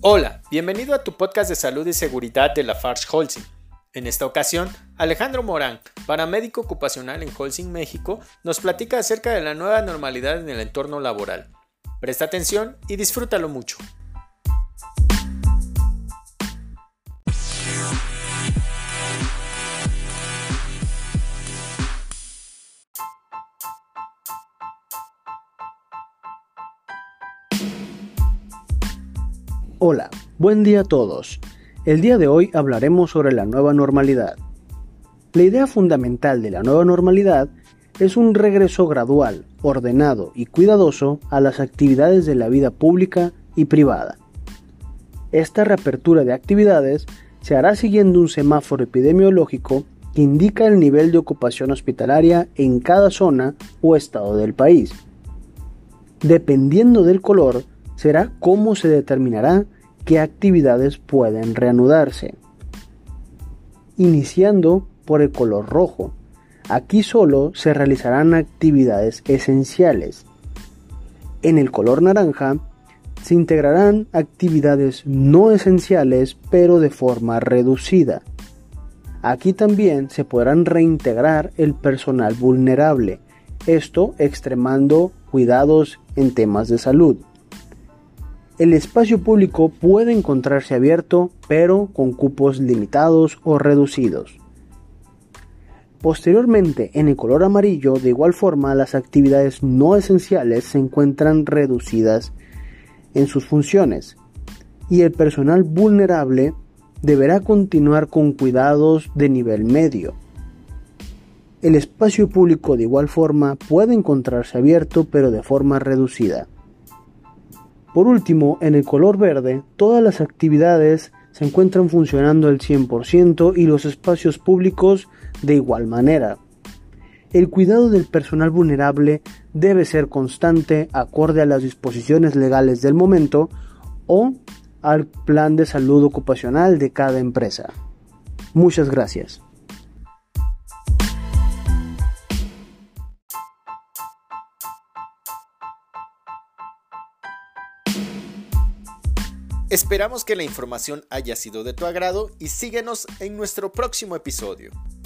Hola, bienvenido a tu podcast de salud y seguridad de Lafarge Holcim. En esta ocasión, Alejandro Morán, paramédico ocupacional en Holcim, México, nos platica acerca de la nueva normalidad en el entorno laboral. Presta atención y disfrútalo mucho. Hola, buen día a todos. El día de hoy hablaremos sobre la nueva normalidad. La idea fundamental de la nueva normalidad es un regreso gradual, ordenado y cuidadoso a las actividades de la vida pública y privada. Esta reapertura de actividades se hará siguiendo un semáforo epidemiológico que indica el nivel de ocupación hospitalaria en cada zona o estado del país. Dependiendo del color, será cómo se determinará qué actividades pueden reanudarse. Iniciando por el color rojo. Aquí solo se realizarán actividades esenciales. En el color naranja se integrarán actividades no esenciales pero de forma reducida. Aquí también se podrán reintegrar el personal vulnerable, esto extremando cuidados en temas de salud. El espacio público puede encontrarse abierto, pero con cupos limitados o reducidos. Posteriormente, en el color amarillo, de igual forma, las actividades no esenciales se encuentran reducidas en sus funciones, y el personal vulnerable deberá continuar con cuidados de nivel medio. El espacio público, de igual forma, puede encontrarse abierto, pero de forma reducida. Por último, en el color verde, todas las actividades se encuentran funcionando al 100% y los espacios públicos de igual manera. El cuidado del personal vulnerable debe ser constante acorde a las disposiciones legales del momento o al plan de salud ocupacional de cada empresa. Muchas gracias. Esperamos que la información haya sido de tu agrado y síguenos en nuestro próximo episodio.